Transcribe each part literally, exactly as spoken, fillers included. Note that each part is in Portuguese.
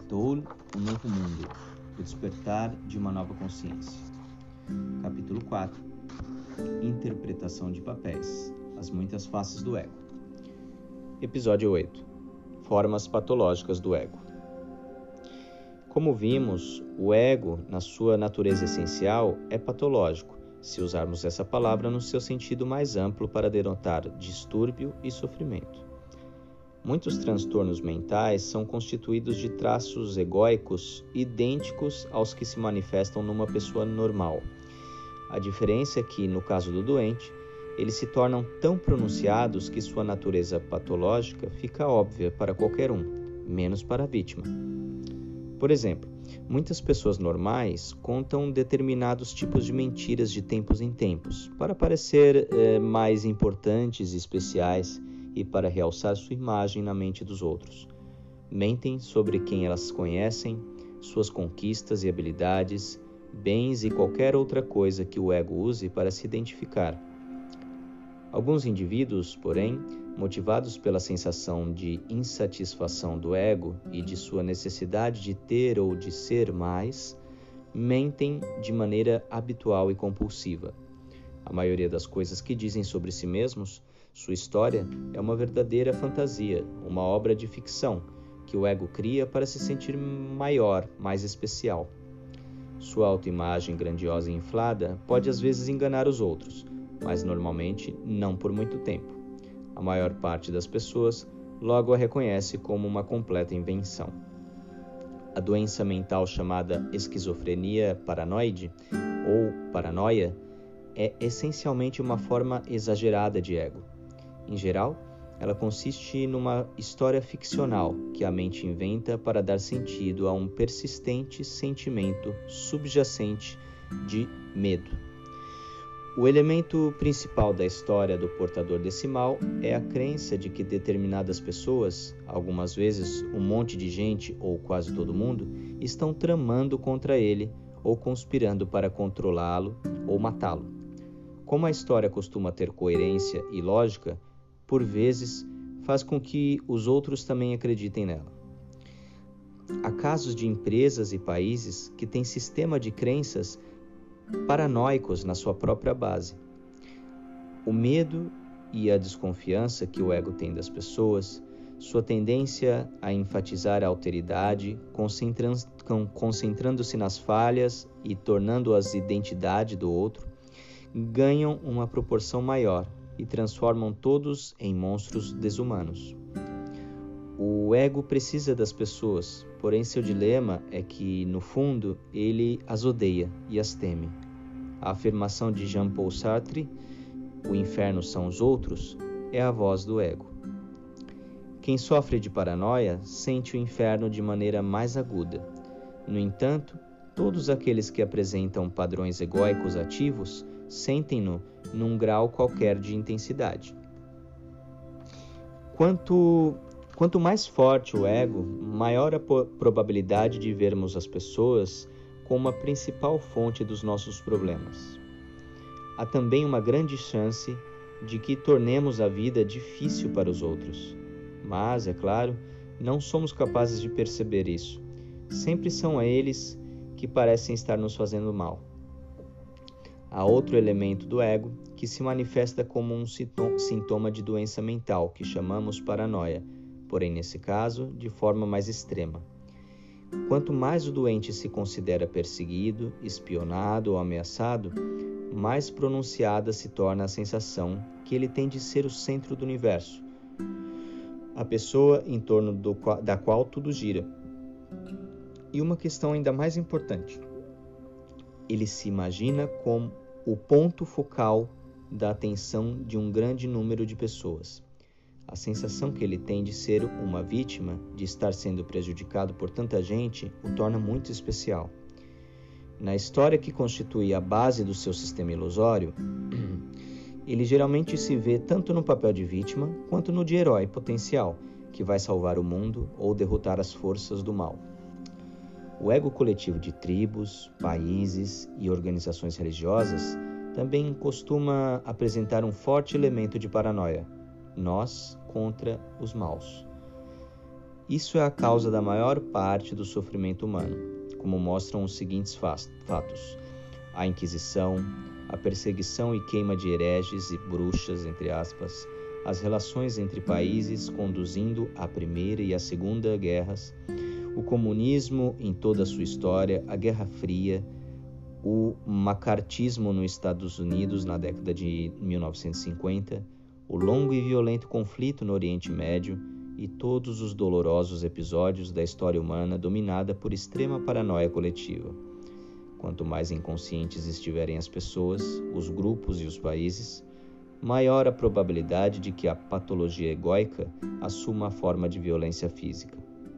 Toul, o Novo Mundo, o Despertar de uma Nova Consciência. Capítulo quatro. Interpretação de papéis, as muitas faces do ego. Episódio oito. Formas patológicas do ego. Como vimos, o ego, na sua natureza essencial, é patológico, se usarmos essa palavra no seu sentido mais amplo para denotar distúrbio e sofrimento. Muitos transtornos mentais são constituídos de traços egóicos idênticos aos que se manifestam numa pessoa normal. A diferença é que, no caso do doente, eles se tornam tão pronunciados que sua natureza patológica fica óbvia para qualquer um, menos para a vítima. Por exemplo, muitas pessoas normais contam determinados tipos de mentiras de tempos em tempos, para parecer eh, mais importantes e especiais e para realçar sua imagem na mente dos outros. Mentem sobre quem elas conhecem, suas conquistas e habilidades, bens e qualquer outra coisa que o ego use para se identificar. Alguns indivíduos, porém, motivados pela sensação de insatisfação do ego e de sua necessidade de ter ou de ser mais, mentem de maneira habitual e compulsiva. A maioria das coisas que dizem sobre si mesmos, sua história, é uma verdadeira fantasia, uma obra de ficção, que o ego cria para se sentir maior, mais especial. Sua autoimagem grandiosa e inflada pode às vezes enganar os outros, mas normalmente não por muito tempo. A maior parte das pessoas logo a reconhece como uma completa invenção. A doença mental chamada esquizofrenia paranoide, ou paranoia, é essencialmente uma forma exagerada de ego. Em geral, ela consiste numa história ficcional que a mente inventa para dar sentido a um persistente sentimento subjacente de medo. O elemento principal da história do portador desse mal é a crença de que determinadas pessoas, algumas vezes um monte de gente ou quase todo mundo, estão tramando contra ele ou conspirando para controlá-lo ou matá-lo. Como a história costuma ter coerência e lógica, por vezes faz com que os outros também acreditem nela. Há casos de empresas e países que têm sistema de crenças paranoicos na sua própria base. O medo e a desconfiança que o ego tem das pessoas, sua tendência a enfatizar a alteridade, concentrando-se nas falhas e tornando-as identidade do outro, ganham uma proporção maior e transformam todos em monstros desumanos. O ego precisa das pessoas, porém seu dilema é que, no fundo, ele as odeia e as teme. A afirmação de Jean-Paul Sartre, o inferno são os outros, é a voz do ego. Quem sofre de paranoia sente o inferno de maneira mais aguda. No entanto, todos aqueles que apresentam padrões egóicos ativos sentem-no num grau qualquer de intensidade. Quanto, quanto mais forte o ego, maior a po- probabilidade de vermos as pessoas como a principal fonte dos nossos problemas. Há também uma grande chance de que tornemos a vida difícil para os outros. Mas, é claro, não somos capazes de perceber isso. Sempre são eles que parecem estar nos fazendo mal. Há outro elemento do ego que se manifesta como um sintoma de doença mental, que chamamos paranoia, porém, nesse caso, de forma mais extrema. Quanto mais o doente se considera perseguido, espionado ou ameaçado, mais pronunciada se torna a sensação que ele tem de ser o centro do universo, a pessoa em torno do, da qual tudo gira. E uma questão ainda mais importante: ele se imagina como o ponto focal da atenção de um grande número de pessoas. A sensação que ele tem de ser uma vítima, de estar sendo prejudicado por tanta gente, o torna muito especial. Na história que constitui a base do seu sistema ilusório, ele geralmente se vê tanto no papel de vítima quanto no de herói potencial, que vai salvar o mundo ou derrotar as forças do mal. O ego coletivo de tribos, países e organizações religiosas também costuma apresentar um forte elemento de paranoia, nós contra os maus. Isso é a causa da maior parte do sofrimento humano, como mostram os seguintes fatos: a Inquisição, a perseguição e queima de hereges e bruxas, entre aspas, as relações entre países conduzindo à Primeira e à Segunda Guerras, o comunismo em toda a sua história, a Guerra Fria, o macartismo nos Estados Unidos na década de mil novecentos e cinquenta, o longo e violento conflito no Oriente Médio e todos os dolorosos episódios da história humana dominada por extrema paranoia coletiva. Quanto mais inconscientes estiverem as pessoas, os grupos e os países, maior a probabilidade de que a patologia egóica assuma a forma de violência física.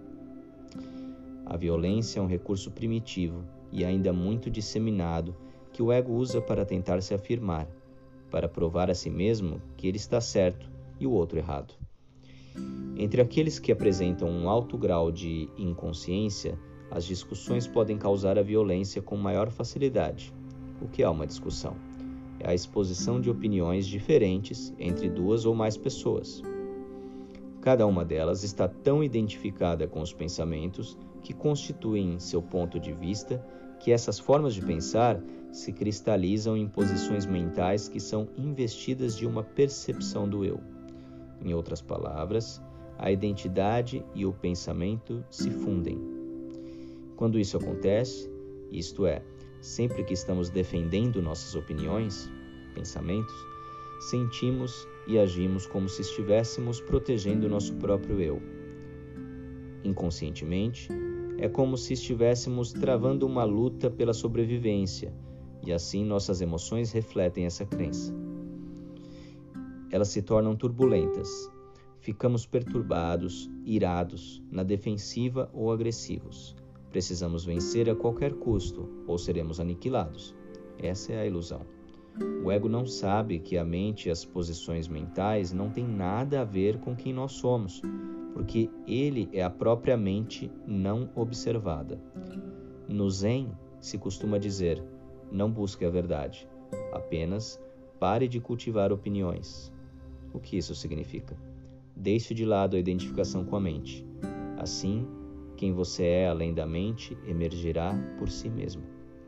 A violência é um recurso primitivo e ainda muito disseminado que o ego usa para tentar se afirmar, para provar a si mesmo que ele está certo e o outro errado. Entre aqueles que apresentam um alto grau de inconsciência, as discussões podem causar a violência com maior facilidade. O que é uma discussão? É a exposição de opiniões diferentes entre duas ou mais pessoas. Cada uma delas está tão identificada com os pensamentos que constituem seu ponto de vista que essas formas de pensar se cristalizam em posições mentais que são investidas de uma percepção do eu. Em outras palavras, a identidade e o pensamento se fundem. Quando isso acontece, isto é, sempre que estamos defendendo nossas opiniões, pensamentos, sentimos e agimos como se estivéssemos protegendo nosso próprio eu. Inconscientemente, é como se estivéssemos travando uma luta pela sobrevivência, e assim nossas emoções refletem essa crença. Elas se tornam turbulentas. Ficamos perturbados, irados, na defensiva ou agressivos. Precisamos vencer a qualquer custo ou seremos aniquilados. Essa é a ilusão. O ego não sabe que a mente e as posições mentais não têm nada a ver com quem nós somos, porque ele é a própria mente não observada. No Zen se costuma dizer: não busque a verdade, apenas pare de cultivar opiniões. O que isso significa? Deixe de lado a identificação com a mente. Assim, quem você é além da mente emergirá por si mesmo.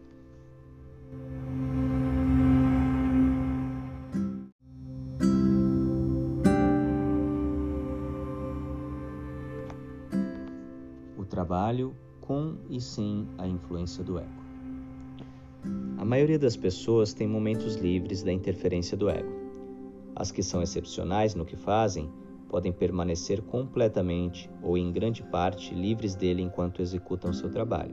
O trabalho com e sem a influência do ego. A maioria das pessoas tem momentos livres da interferência do ego. As que são excepcionais no que fazem podem permanecer completamente ou em grande parte livres dele enquanto executam seu trabalho.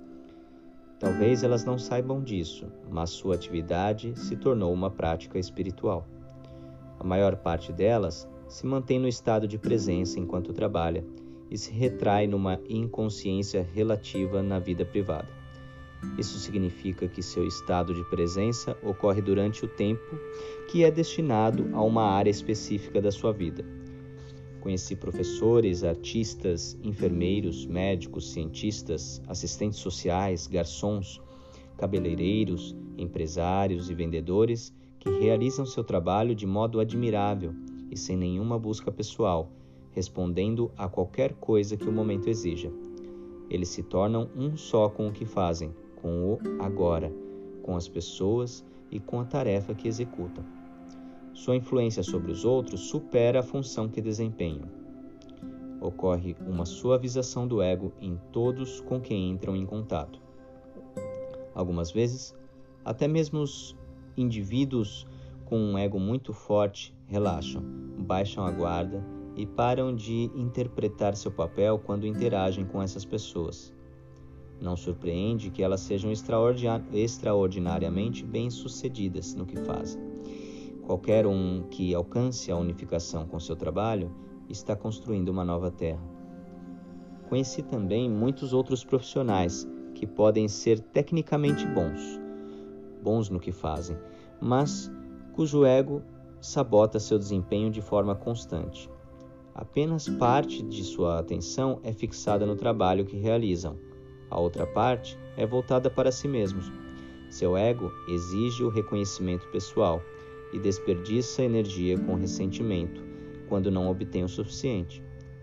Talvez elas não saibam disso, mas sua atividade se tornou uma prática espiritual. A maior parte delas se mantém no estado de presença enquanto trabalha e se retrai numa inconsciência relativa na vida privada. Isso significa que seu estado de presença ocorre durante o tempo que é destinado a uma área específica da sua vida. Conheci professores, artistas, enfermeiros, médicos, cientistas, assistentes sociais, garçons, cabeleireiros, empresários e vendedores que realizam seu trabalho de modo admirável e sem nenhuma busca pessoal, respondendo a qualquer coisa que o momento exija. Eles se tornam um só com o que fazem, com o agora, com as pessoas e com a tarefa que executam. Sua influência sobre os outros supera a função que desempenham. Ocorre uma suavização do ego em todos com quem entram em contato. Algumas vezes, até mesmo os indivíduos com um ego muito forte relaxam, baixam a guarda e param de interpretar seu papel quando interagem com essas pessoas. Não surpreende que elas sejam extraordinariamente bem-sucedidas no que fazem. Qualquer um que alcance a unificação com seu trabalho está construindo uma nova terra. Conheci também muitos outros profissionais que podem ser tecnicamente bons, bons no que fazem, mas cujo ego sabota seu desempenho de forma constante. Apenas parte de sua atenção é fixada no trabalho que realizam. A outra parte é voltada para si mesmos. Seu ego exige o reconhecimento pessoal e desperdiça energia com ressentimento quando não obtém o suficiente.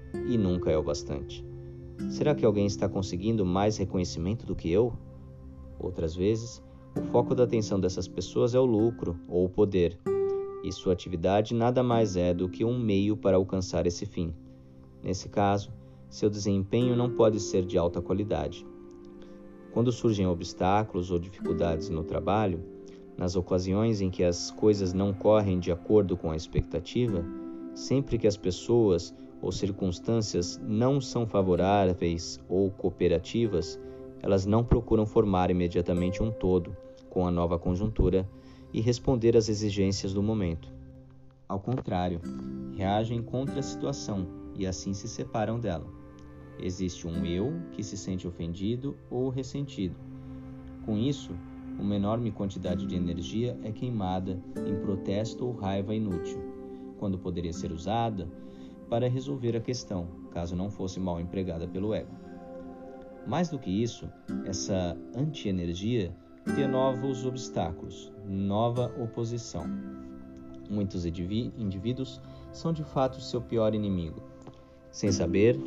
e nunca é o bastante. Será que alguém está conseguindo mais reconhecimento do que eu? Outras vezes, o foco da atenção dessas pessoas é o lucro ou o poder, e sua atividade nada mais é do que um meio para alcançar esse fim. Nesse caso, seu desempenho não pode ser de alta qualidade. Quando surgem obstáculos ou dificuldades no trabalho, nas ocasiões em que as coisas não correm de acordo com a expectativa, sempre que as pessoas ou circunstâncias não são favoráveis ou cooperativas, elas não procuram formar imediatamente um todo com a nova conjuntura e responder às exigências do momento. Ao contrário, reagem contra a situação e assim se separam dela. Existe um eu que se sente ofendido ou ressentido. Com isso, uma enorme quantidade de energia é queimada em protesto ou raiva inútil, quando poderia ser usada para resolver a questão, caso não fosse mal empregada pelo ego. Mais do que isso, essa anti-energia cria novos obstáculos, nova oposição. Muitos indivíduos são de fato seu pior inimigo. Sem saber,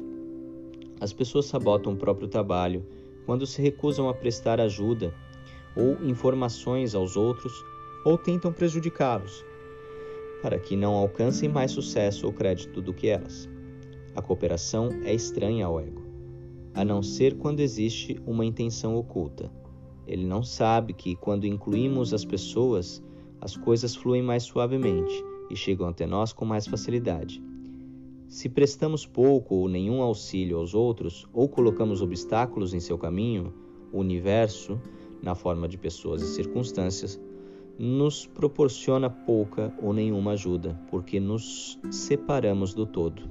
as pessoas sabotam o próprio trabalho quando se recusam a prestar ajuda ou informações aos outros ou tentam prejudicá-los, para que não alcancem mais sucesso ou crédito do que elas. A cooperação é estranha ao ego, a não ser quando existe uma intenção oculta. Ele não sabe que, quando incluímos as pessoas, as coisas fluem mais suavemente e chegam até nós com mais facilidade. Se prestamos pouco ou nenhum auxílio aos outros, ou colocamos obstáculos em seu caminho, o universo, na forma de pessoas e circunstâncias, nos proporciona pouca ou nenhuma ajuda, porque nos separamos do todo.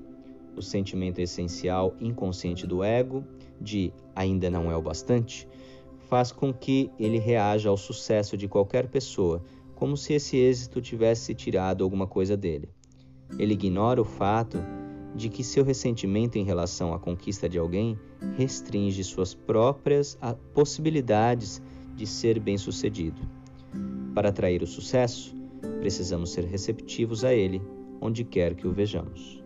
O sentimento essencial inconsciente do ego, de ainda não é o bastante, faz com que ele reaja ao sucesso de qualquer pessoa, como se esse êxito tivesse tirado alguma coisa dele. Ele ignora o fato de que seu ressentimento em relação à conquista de alguém restringe suas próprias possibilidades de ser bem-sucedido. Para atrair o sucesso, precisamos ser receptivos a ele, onde quer que o vejamos.